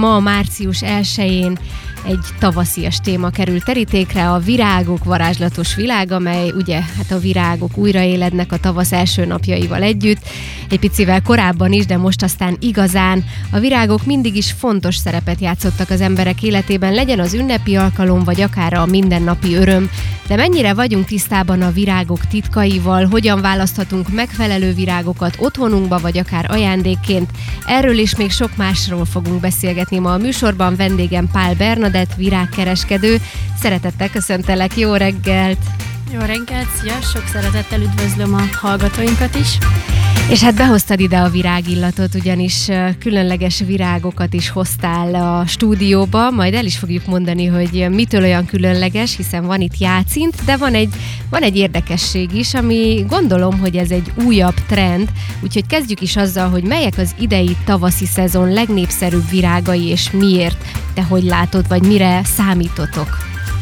ma március 1-én egy tavaszias téma került terítékre, a virágok varázslatos világ, amely ugye hát a virágok újraélednek a tavasz első napjaival együtt, egy picivel korábban is, de most aztán igazán a virágok mindig is fontos szerepet játszottak az emberek életében, legyen az ünnepi alkalom, vagy akár a mindennapi öröm. De mennyire vagyunk tisztában a virágok titkaival, hogyan választhatunk megfelelő virágokat otthonunkba, vagy akár ajándékként? Erről és még sok másról fogunk beszélgetni ma a műsorban. Vendégem Pál Bernadett, virágkereskedő. Szeretettel köszöntelek, jó reggelt! Jó reggelt, szia! Sok szeretettel üdvözlöm a hallgatóinkat is. És hát behoztad ide a virágillatot, ugyanis különleges virágokat is hoztál a stúdióba, majd el is fogjuk mondani, hogy mitől olyan különleges, hiszen van itt jácint, de van egy érdekesség is, ami gondolom, hogy ez egy újabb trend, úgyhogy kezdjük is azzal, hogy melyek az idei tavaszi szezon legnépszerűbb virágai, és miért? Te hogy látod, vagy mire számítotok?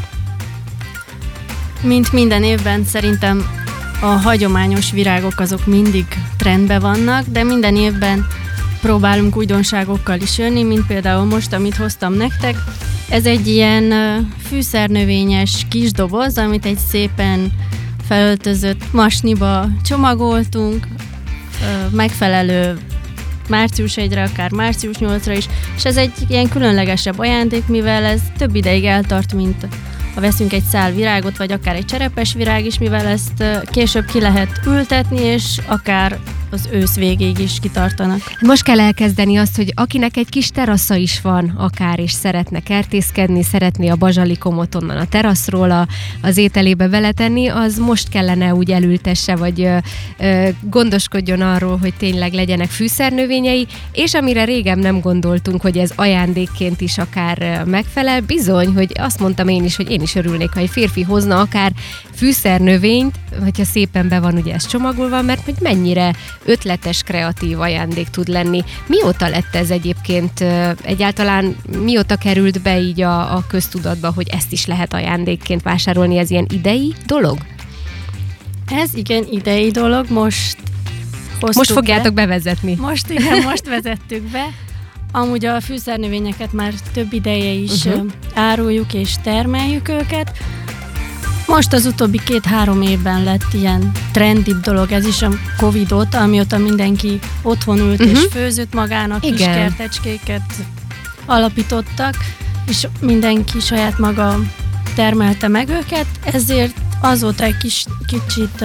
Mint minden évben szerintem a hagyományos virágok azok mindig trendben vannak, de minden évben próbálunk újdonságokkal is jönni, mint például most, amit hoztam nektek. Ez egy ilyen fűszernövényes kis doboz, amit egy szépen felöltözött masniba csomagoltunk, megfelelő március 1-re, akár március 8-ra is, és ez egy ilyen különlegesebb ajándék, mivel ez több ideig eltart, mint ha veszünk egy szál virágot, vagy akár egy cserepes virág is, mivel ezt később ki lehet ültetni, és akár az ősz végéig is kitartanak. Most kell elkezdeni azt, hogy akinek egy kis terasza is van akár, és szeretne kertészkedni, szeretné a bazsalikomot onnan a teraszról az ételébe beletenni, az most kellene úgy elültesse, vagy gondoskodjon arról, hogy tényleg legyenek fűszernövényei, és amire régen nem gondoltunk, hogy ez ajándékként is akár megfelel, bizony, hogy azt mondtam én is, hogy én is örülnék, ha egy férfi hozna akár fűszernövényt, hogyha szépen be van ugye ez csomagolva, mert hogy mennyire ötletes, kreatív ajándék tud lenni. Mióta lett ez egyébként, egyáltalán mióta került be így a köztudatba, hogy ezt is lehet ajándékként vásárolni, ez ilyen idei dolog? Ez igen idei dolog, most fogjátok bevezetni. Most vezettük be. Amúgy a fűszernövényeket már több ideje is áruljuk és termeljük őket. Most az utóbbi 2-3 évben lett ilyen trendibb dolog, ez is a Covid óta, amióta mindenki otthon ült és főzött magának, kis kertecskéket alapítottak, és mindenki saját maga termelte meg őket, ezért azóta egy kicsit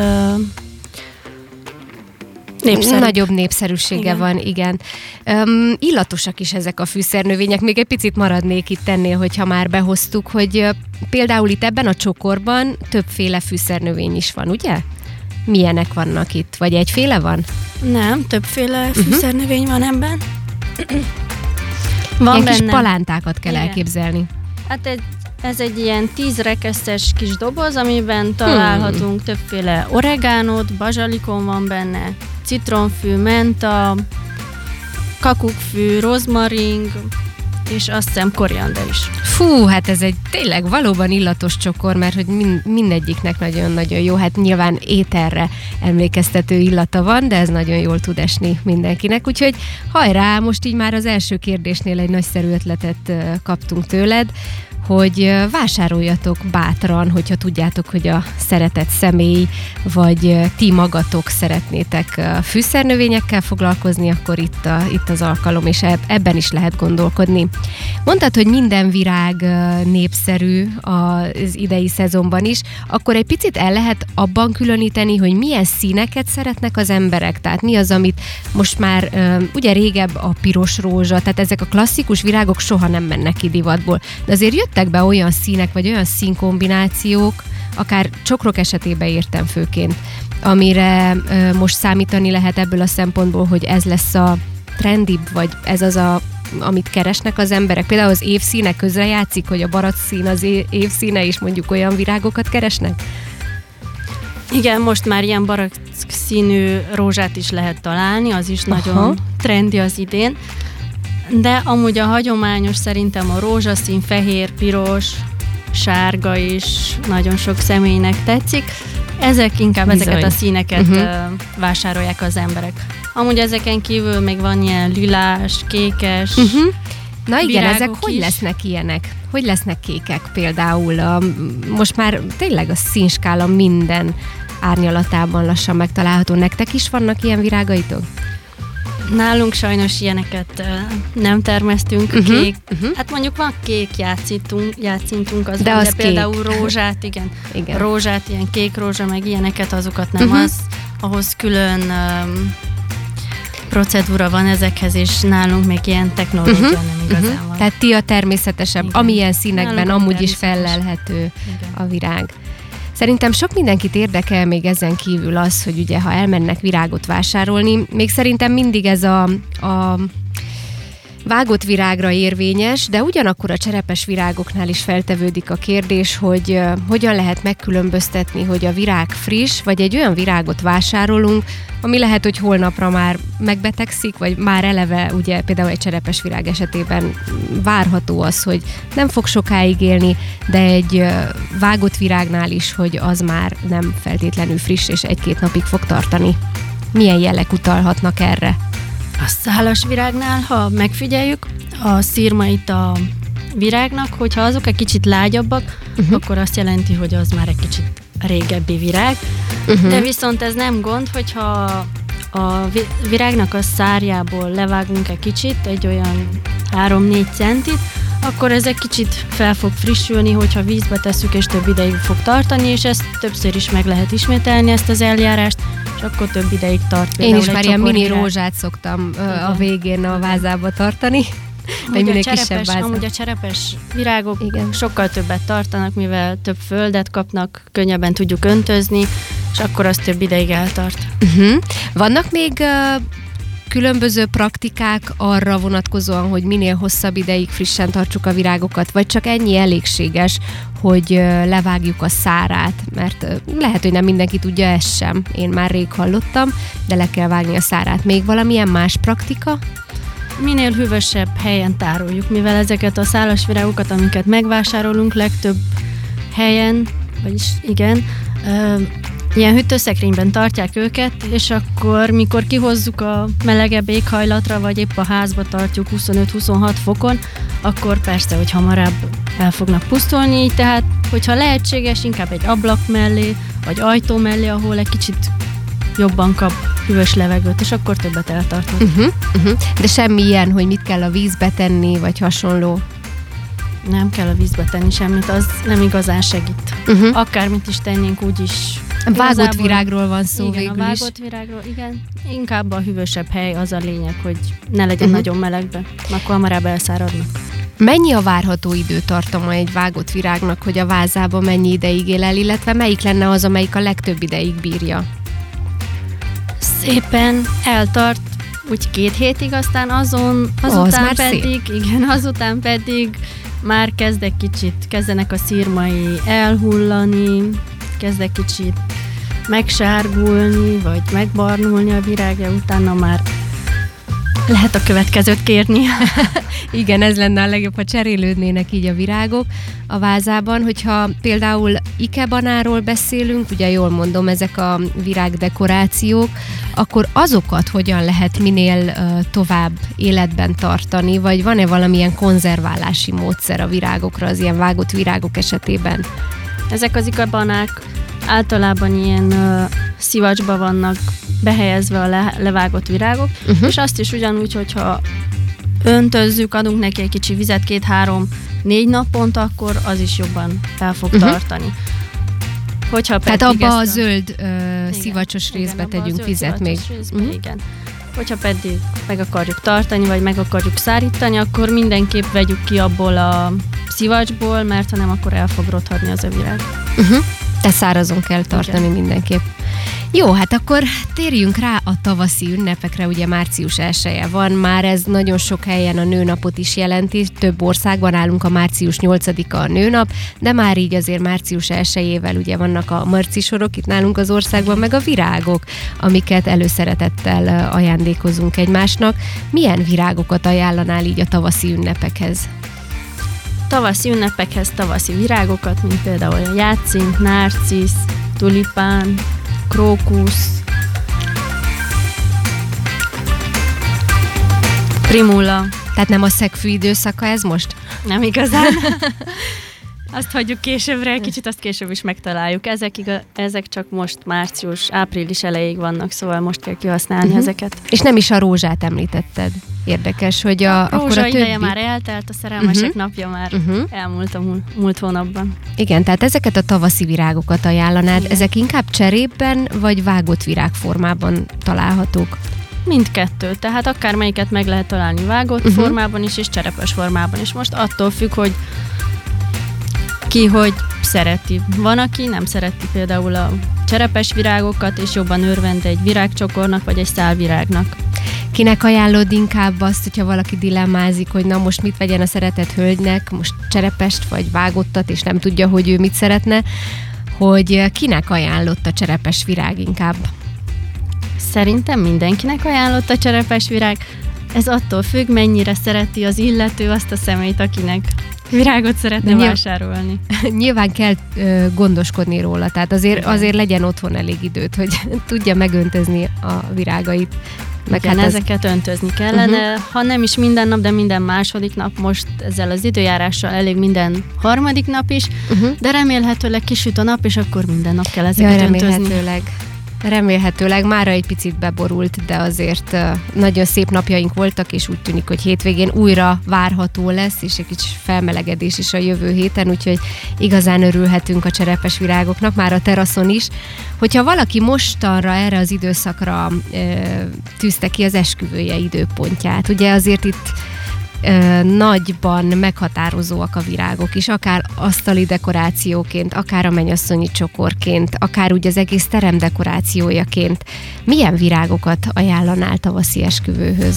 nagyobb népszerűsége van, igen. Illatosak is ezek a fűszernövények. Még egy picit maradnék itt ennél, hogyha már behoztuk, hogy például itt ebben a csokorban többféle fűszernövény is van, ugye? Milyenek vannak itt? Vagy egyféle van? Nem, többféle fűszernövény van ebben. Van ilyen kis palántákat kell elképzelni. Hát ez egy ilyen 10 rekeszes kis doboz, amiben találhatunk többféle oregánót, bazsalikon van benne, citronfű, menta, kakukkfű, rozmaring, és azt hiszem koriander is. Fú, hát ez egy tényleg valóban illatos csokor, mert hogy mindegyiknek nagyon-nagyon jó, hát nyilván ételre emlékeztető illata van, de ez nagyon jól tud esni mindenkinek, úgyhogy hajrá, most így már az első kérdésnél egy nagyszerű ötletet kaptunk tőled, hogy vásároljatok bátran, hogyha tudjátok, hogy a szeretett személy, vagy ti magatok szeretnétek fűszernövényekkel foglalkozni, akkor itt az alkalom, és ebben is lehet gondolkodni. Mondtad, hogy minden virág népszerű az idei szezonban is, akkor egy picit el lehet abban különíteni, hogy milyen színeket szeretnek az emberek, tehát mi az, amit most már ugye régebb a piros rózsa, tehát ezek a klasszikus virágok soha nem mennek ki divatból, de azért jöttek be olyan színek, vagy olyan színkombinációk, akár csokrok esetében értem főként, amire most számítani lehet ebből a szempontból, hogy ez lesz a trendibb, vagy ez az amit keresnek az emberek. Például az évszíne közre játszik, hogy a barack az évszíne, és mondjuk olyan virágokat keresnek? Igen, most már ilyen barack színű rózsát is lehet találni, az is nagyon trendi az idén. De amúgy a hagyományos szerintem a rózsaszín, fehér, piros, sárga is nagyon sok személynek tetszik. Ezeket a színeket vásárolják az emberek. Amúgy ezeken kívül még van ilyen lilás, kékes. Na igen, ezek virágok hogy is. lesznek ilyenek? Hogy lesznek kékek például? Most már tényleg a színskála minden árnyalatában lassan megtalálható. Nektek is vannak ilyen virágaitok? Nálunk sajnos ilyeneket nem termesztünk, kék. Hát mondjuk van kék játszintunk, az de van, az de kék. például rózsát, igen. Rózsát, ilyen kék rózsa, meg ilyeneket, azokat nem, ahhoz külön procedúra van ezekhez, és nálunk még ilyen technológia nem igazán van. Tehát ti a természetesebb, igen. amilyen színekben Nálunk amúgy is természetes. fellelhető Igen. a virág. Szerintem sok mindenkit érdekel még ezen kívül az, hogy ugye ha elmennek virágot vásárolni, még szerintem mindig ez a vágott virágra érvényes, de ugyanakkor a cserepes virágoknál is feltevődik a kérdés, hogy hogyan lehet megkülönböztetni, hogy a virág friss, vagy egy olyan virágot vásárolunk, ami lehet, hogy holnapra már megbetegszik, vagy már eleve, ugye például egy cserepes virág esetében várható az, hogy nem fog sokáig élni, de egy vágott virágnál is, hogy az már nem feltétlenül friss, és 1-2 napig fog tartani. Milyen jelek utalhatnak erre? A szálas virágnál, ha megfigyeljük a szirmait a virágnak, hogyha azok egy kicsit lágyabbak, akkor azt jelenti, hogy az már egy kicsit régebbi virág. De viszont ez nem gond, hogyha a virágnak a szárjából levágunk egy kicsit, egy olyan 3-4 centit, akkor ez egy kicsit fel fog frissülni, hogyha vízbe tesszük, és több ideig fog tartani, és ezt többször is meg lehet ismételni, ezt az eljárást, és akkor több ideig tart. Én is már ilyen mini rózsát szoktam a végén a vázába tartani. Vagy minél kisebb váza. Amúgy a cserepes virágok sokkal többet tartanak, mivel több földet kapnak, könnyebben tudjuk öntözni, és akkor az több ideig eltart. Vannak még különböző praktikák arra vonatkozóan, hogy minél hosszabb ideig frissen tartsuk a virágokat, vagy csak ennyi elégséges, hogy levágjuk a szárát, mert lehet, hogy nem mindenki tudja, ezt sem. Én már rég hallottam, de le kell vágni a szárát. Még valamilyen más praktika? Minél hűvösebb helyen tároljuk, mivel ezeket a szálas virágokat, amiket megvásárolunk legtöbb helyen, vagyis igen, ilyen hűtőszekrényben tartják őket, és akkor, mikor kihozzuk a melegebb éghajlatra, vagy épp a házba tartjuk 25-26 fokon, akkor persze, hogy hamarabb el fognak pusztulni, így tehát, hogyha lehetséges, inkább egy ablak mellé, vagy ajtó mellé, ahol egy kicsit jobban kap hűvös levegőt, és akkor többet eltartunk. De semmi ilyen, hogy mit kell a vízbe tenni, vagy hasonló? Nem kell a vízbe tenni semmit, az nem igazán segít. Akármit is tennénk, úgyis. Vágott virágról van szó, igen, végül a vágott virágról, igen. Inkább a hűvösebb hely az a lényeg, hogy ne legyen nagyon melegben, akkor hamarabb elszáradnak. Mennyi a várható időtartama egy vágott virágnak, hogy a vázában mennyi ideig él el, illetve melyik lenne az, amelyik a legtöbb ideig bírja? Szépen eltart, úgy 2 hétig, aztán azután pedig már kezdenek a szirmai elhullani, kezdek kicsit megsárgulni, vagy megbarnulni a virágja, utána már lehet a következőt kérni. Igen, ez lenne a legjobb, ha cserélődnének így a virágok a vázában, hogyha például ikebanáról beszélünk, ugye jól mondom, ezek a virágdekorációk, akkor azokat hogyan lehet minél tovább életben tartani, vagy van-e valamilyen konzerválási módszer a virágokra, az ilyen vágott virágok esetében? Ezek az ikebanák általában ilyen szivacsba vannak behelyezve a levágott virágok, és azt is ugyanúgy, hogyha öntözzük, adunk neki egy kicsi vizet 2-3-4 naponta, akkor az is jobban el fog tartani. Tehát abba a zöld szivacsos részbe tegyünk vizet még. Igen. Hogyha pedig meg akarjuk tartani, vagy meg akarjuk szárítani, akkor mindenképp vegyük ki abból a szivacsból, mert ha nem, akkor el fog rothadni az a virág. Tehát szárazon kell tartani mindenképp. Jó, hát akkor térjünk rá a tavaszi ünnepekre, ugye március 1-e van, már ez nagyon sok helyen a nőnapot is jelenti, több országban állunk a március 8-a a nőnap, de már így azért március 1-ével ugye vannak a marcisorok itt nálunk az országban, meg a virágok, amiket előszeretettel ajándékozunk egymásnak. Milyen virágokat ajánlanál így a tavaszi ünnepekhez? Tavaszi ünnepekhez tavaszi virágokat, mint például a játszink, narcisz, tulipán, krókusz, primula, Tehát nem a szegfű időszaka ez most? Nem igazán. Azt hagyjuk későbbre, kicsit azt később is megtaláljuk. Ezek csak most március, április elejéig vannak, szóval most kell kihasználni ezeket. És nem is a rózsát említetted. Érdekes, hogy akkor a ideje többi... már eltelt, a szerelmesek napja már elmúlt a múlt hónapban. Igen, tehát ezeket a tavaszi virágokat ajánlanád. Igen. Ezek inkább cserépben vagy vágott virágformában találhatók? Mindkettő, tehát akármelyiket meg lehet találni vágott formában is, és cserepes formában is. Most attól függ, hogy ki hogy szereti. Van, aki nem szereti például a cserepes virágokat, és jobban örvend egy virágcsokornak, vagy egy szálvirágnak. Kinek ajánlod inkább azt, hogyha valaki dilemmázik, hogy na most mit vegyen a szeretett hölgynek, most cserepest vagy vágottat, és nem tudja, hogy ő mit szeretne, hogy kinek ajánlott a cserepes virág inkább? Szerintem mindenkinek ajánlott a cserepes virág. Ez attól függ, mennyire szereti az illető azt a személyt, akinek virágot szeretne vásárolni. Nyilván kell gondoskodni róla, tehát azért legyen otthon elég időt, hogy tudja megöntözni a virágait. Igen, ezeket öntözni kellene, ha nem is minden nap, de minden második nap, most ezzel az időjárással elég minden harmadik nap is, de remélhetőleg kisüt a nap, és akkor minden nap kell ezeket öntözni. Remélhetőleg mára egy picit beborult, de azért nagyon szép napjaink voltak, és úgy tűnik, hogy hétvégén újra várható lesz, és egy kicsit felmelegedés is a jövő héten, úgyhogy igazán örülhetünk a cserepes virágoknak, már a teraszon is. Hogyha valaki mostanra, erre az időszakra tűzte ki az esküvője időpontját, ugye azért itt nagyban meghatározóak a virágok is, akár asztali dekorációként, akár a mennyasszonyi csokorként, akár úgy az egész terem dekorációjaként. Milyen virágokat ajánlanál tavaszi esküvőhöz?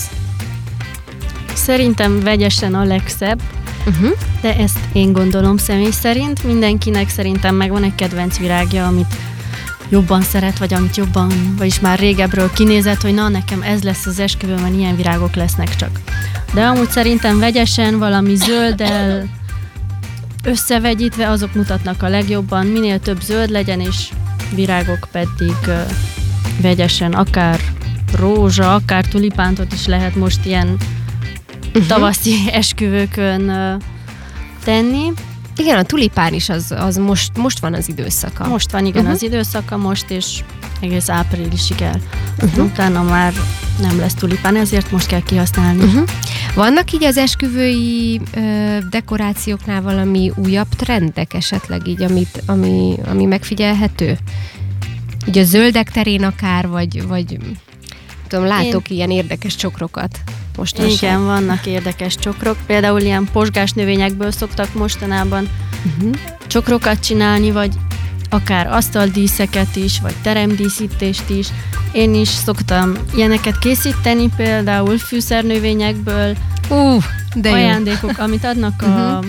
Szerintem vegyesen a legszebb, de ezt én gondolom személy szerint. Mindenkinek szerintem megvan egy kedvenc virágja, amit jobban szeret, vagy amit jobban, vagyis már régebbről kinézett, hogy na, nekem ez lesz az esküvőmön, ilyen virágok lesznek csak. De amúgy szerintem vegyesen, valami zölddel összevegyítve, azok mutatnak a legjobban, minél több zöld legyen, és virágok pedig vegyesen, akár rózsa, akár tulipántot is lehet most ilyen tavaszi esküvőkön tenni. Igen, a tulipán is az most van az időszaka. Most van, igen, az időszaka most, és egész áprilisig el. Utána már nem lesz tulipán, ezért most kell kihasználni. Vannak így az esküvői dekorációknál valami újabb trendek esetleg így, ami megfigyelhető? Így a zöldek terén akár, vagy tudom, látok ilyen érdekes csokrokat mostanság. Igen, vannak érdekes csokrok. Például ilyen posgás növényekből szoktak mostanában csokrokat csinálni, vagy akár asztaldíszeket is, vagy teremdíszítést is. Én is szoktam ilyeneket készíteni, például fűszernövényekből, de ajándékok, amit adnak a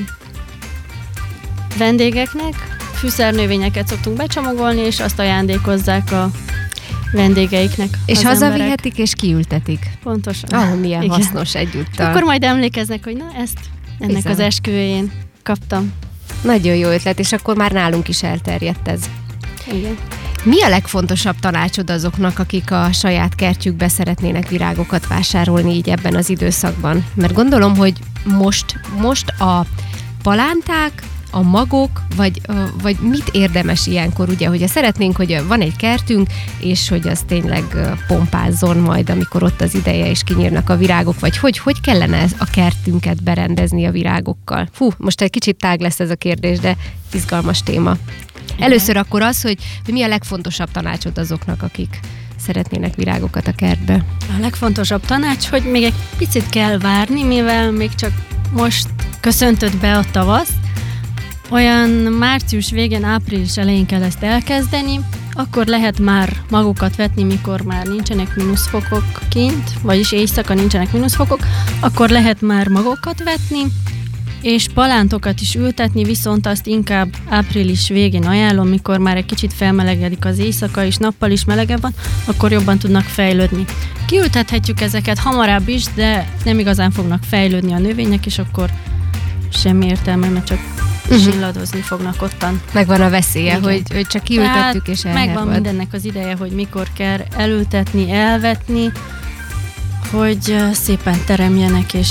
vendégeknek. Fűszernövényeket szoktunk becsomagolni, és azt ajándékozzák a vendégeiknek. És hazavihetik, és kiültetik. Pontosan. Milyen hasznos egyúttal. Akkor majd emlékeznek, hogy na, ennek az esküvőjén kaptam. Nagyon jó ötlet, és akkor már nálunk is elterjedt ez. Igen. Mi a legfontosabb tanácsod azoknak, akik a saját kertjükbe szeretnének virágokat vásárolni így ebben az időszakban? Mert gondolom, hogy most a palánták, a magok, vagy mit érdemes ilyenkor, ugye, hogyha szeretnénk, hogy van egy kertünk, és hogy az tényleg pompázzon majd, amikor ott az ideje, és kinyírnak a virágok, vagy hogy kellene a kertünket berendezni a virágokkal? Most egy kicsit tág lesz ez a kérdés, de izgalmas téma. Először akkor az, hogy mi a legfontosabb tanácsod azoknak, akik szeretnének virágokat a kertbe? A legfontosabb tanács, hogy még egy picit kell várni, mivel még csak most köszöntött be a tavasz, olyan március végén, április elején kell ezt elkezdeni, akkor lehet már magokat vetni, mikor már nincsenek mínuszfokok kint, vagyis éjszaka nincsenek mínuszfokok, akkor lehet már magokat vetni, és palántokat is ültetni, viszont azt inkább április végén ajánlom, mikor már egy kicsit felmelegedik az éjszaka, és nappal is melegebb van, akkor jobban tudnak fejlődni. Kiültethetjük ezeket hamarabb is, de nem igazán fognak fejlődni a növények, és akkor semmi értelme, mert csak zsilladozni fognak ottan. Megvan a veszélye, hogy csak kiültettük és elhervad. Megvan mindennek az ideje, hogy mikor kell elültetni, elvetni, hogy szépen teremjenek és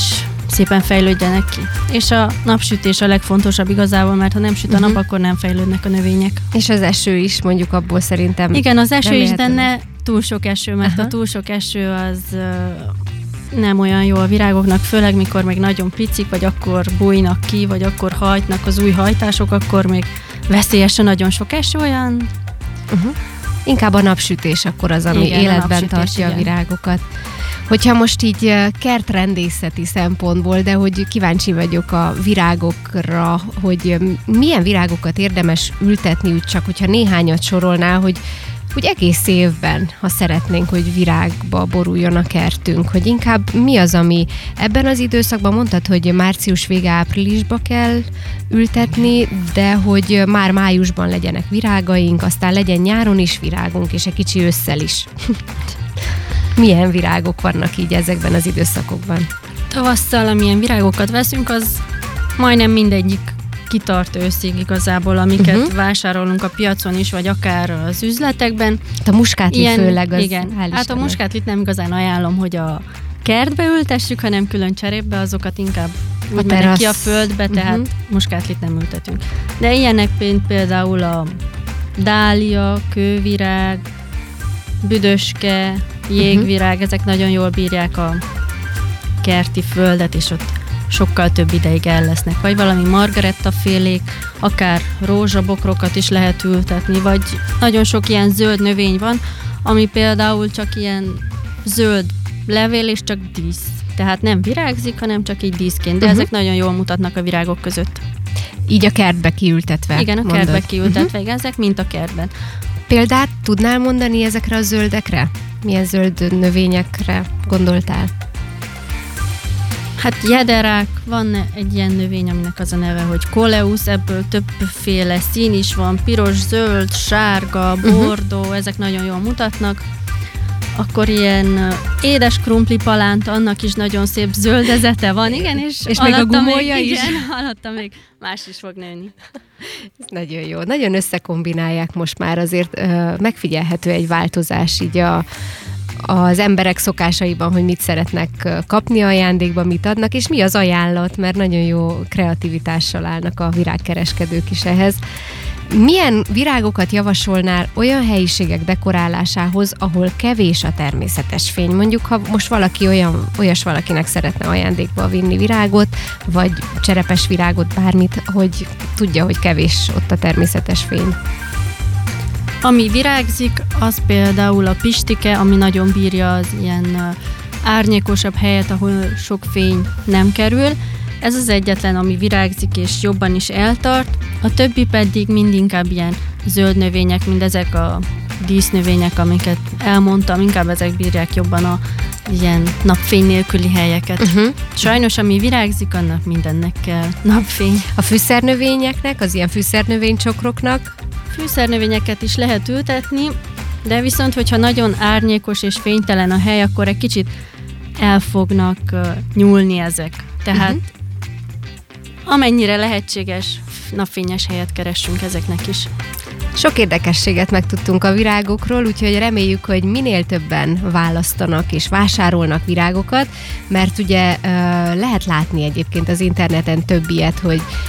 szépen fejlődjenek ki. És a napsütés a legfontosabb igazából, mert ha nem süt a nap, akkor nem fejlődnek a növények. És az eső is, mondjuk abból szerintem. Igen, az eső is, de ne túl sok eső, mert a túl sok eső az nem olyan jó a virágoknak, főleg mikor még nagyon picik, vagy akkor bújnak ki, vagy akkor hajtnak az új hajtások, akkor még veszélyes a nagyon sok eső, olyan... Inkább a napsütés akkor az, ami életben tartja a virágokat. Hogyha most így kertrendészeti szempontból, de hogy kíváncsi vagyok a virágokra, hogy milyen virágokat érdemes ültetni, úgy csak hogyha néhányat sorolnál, hogy egész évben, ha szeretnénk, hogy virágba boruljon a kertünk, hogy inkább mi az, ami ebben az időszakban mondtad, hogy március vége, áprilisba kell ültetni, de hogy már májusban legyenek virágaink, aztán legyen nyáron is virágunk, és egy kicsi ősszel is. Milyen virágok vannak így ezekben az időszakokban? Tavasszal, amilyen virágokat veszünk, az majdnem mindegyik kitart őszig igazából, amiket vásárolunk a piacon is, vagy akár az üzletekben. A muskátli főleg az. Igen, hát a muskátlit nem igazán ajánlom, hogy a kertbe ültessük, hanem külön cserépbe, azokat inkább úgy mennek ki a földbe, tehát muskátlit nem ültetünk. De ilyenek például a dália, kővirág, büdöske, jégvirág, ezek nagyon jól bírják a kerti földet, és ott sokkal több ideig el lesznek. Vagy valami margarettafélék, akár rózsabokrokat is lehet ültetni, vagy nagyon sok ilyen zöld növény van, ami például csak ilyen zöld levél és csak dísz. Tehát nem virágzik, hanem csak így díszként, de ezek nagyon jól mutatnak a virágok között. Így a kertbe kiültetve. Igen, a kertbe kiültetve, ezek mint a kertben. Példát tudnál mondani ezekre a zöldekre? Milyen zöld növényekre gondoltál? Hát jederák, van egy ilyen növény, aminek az a neve, hogy Coleus, ebből többféle szín is van, piros, zöld, sárga, bordó, ezek nagyon jól mutatnak. Akkor ilyen édes krumpli palánt, annak is nagyon szép zöldezete van, igen, és még a gumója is. Igen, alatta még más is fog nőni. Ez nagyon jó. Nagyon összekombinálják most már, azért megfigyelhető egy változás így az emberek szokásaiban, hogy mit szeretnek kapni ajándékba, mit adnak, és mi az ajánlat, mert nagyon jó kreativitással állnak a virágkereskedők is ehhez. Milyen virágokat javasolnál olyan helyiségek dekorálásához, ahol kevés a természetes fény? Mondjuk, ha most valaki olyas valakinek szeretne ajándékba vinni virágot, vagy cserepes virágot, bármit, hogy tudja, hogy kevés ott a természetes fény. Ami virágzik, az például a pistike, ami nagyon bírja az ilyen árnyékosabb helyet, ahol sok fény nem kerül. Ez az egyetlen, ami virágzik és jobban is eltart. A többi pedig mind inkább ilyen zöld növények, mint ezek a dísznövények, amiket elmondtam, inkább ezek bírják jobban a ilyen napfény nélküli helyeket. Sajnos, ami virágzik, annak mindennek kell napfény. A fűszernövényeknek, az ilyen fűszernövénycsokroknak? Fűszernövényeket is lehet ültetni, de viszont, hogyha nagyon árnyékos és fénytelen a hely, akkor egy kicsit el fognak nyúlni ezek. Tehát amennyire lehetséges, napfényes helyet keressünk ezeknek is. Sok érdekességet megtudtunk a virágokról, úgyhogy reméljük, hogy minél többen választanak és vásárolnak virágokat, mert ugye lehet látni egyébként az interneten több ilyet,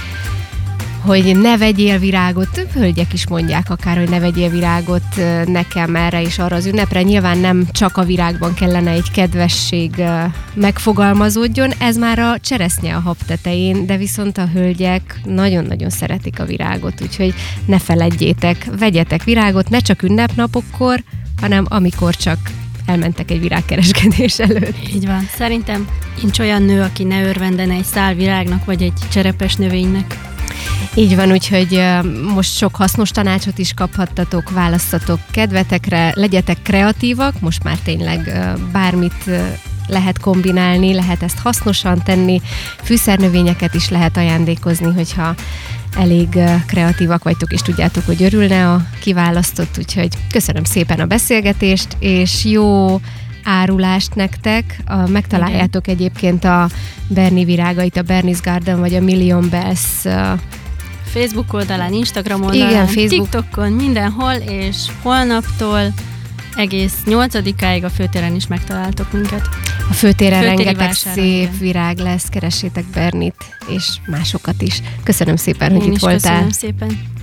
hogy ne vegyél virágot, több hölgyek is mondják akár, hogy ne vegyél virágot nekem erre és arra az ünnepre. Nyilván nem csak a virágban kellene egy kedvesség megfogalmazódjon, ez már a cseresznye a hab tetején, de viszont a hölgyek nagyon-nagyon szeretik a virágot, úgyhogy ne feledjétek, vegyetek virágot, ne csak ünnepnapokkor, hanem amikor csak elmentek egy virágkereskedés előtt. Így van. Szerintem nincs olyan nő, aki ne örvendene egy szál virágnak, vagy egy cserepes növénynek. Így van, úgyhogy most sok hasznos tanácsot is kaphattatok, választatok kedvetekre, legyetek kreatívak, most már tényleg bármit lehet kombinálni, lehet ezt hasznosan tenni, fűszernövényeket is lehet ajándékozni, hogyha elég kreatívak vagytok, és tudjátok, hogy örülne a kiválasztott, úgyhogy köszönöm szépen a beszélgetést, és jó árulást nektek. Megtaláljátok egyébként a Berni virágait, a Berni's Garden, vagy a Million Bells Facebook oldalán, Instagram oldalán, TikTokon, mindenhol, és holnaptól egész 8-áig a főtéren is megtaláltok minket. A főtéren rengeteg vásáron, szép igen. virág lesz, keressétek Bernit és másokat is. Köszönöm szépen, hogy itt voltál. Köszönöm szépen.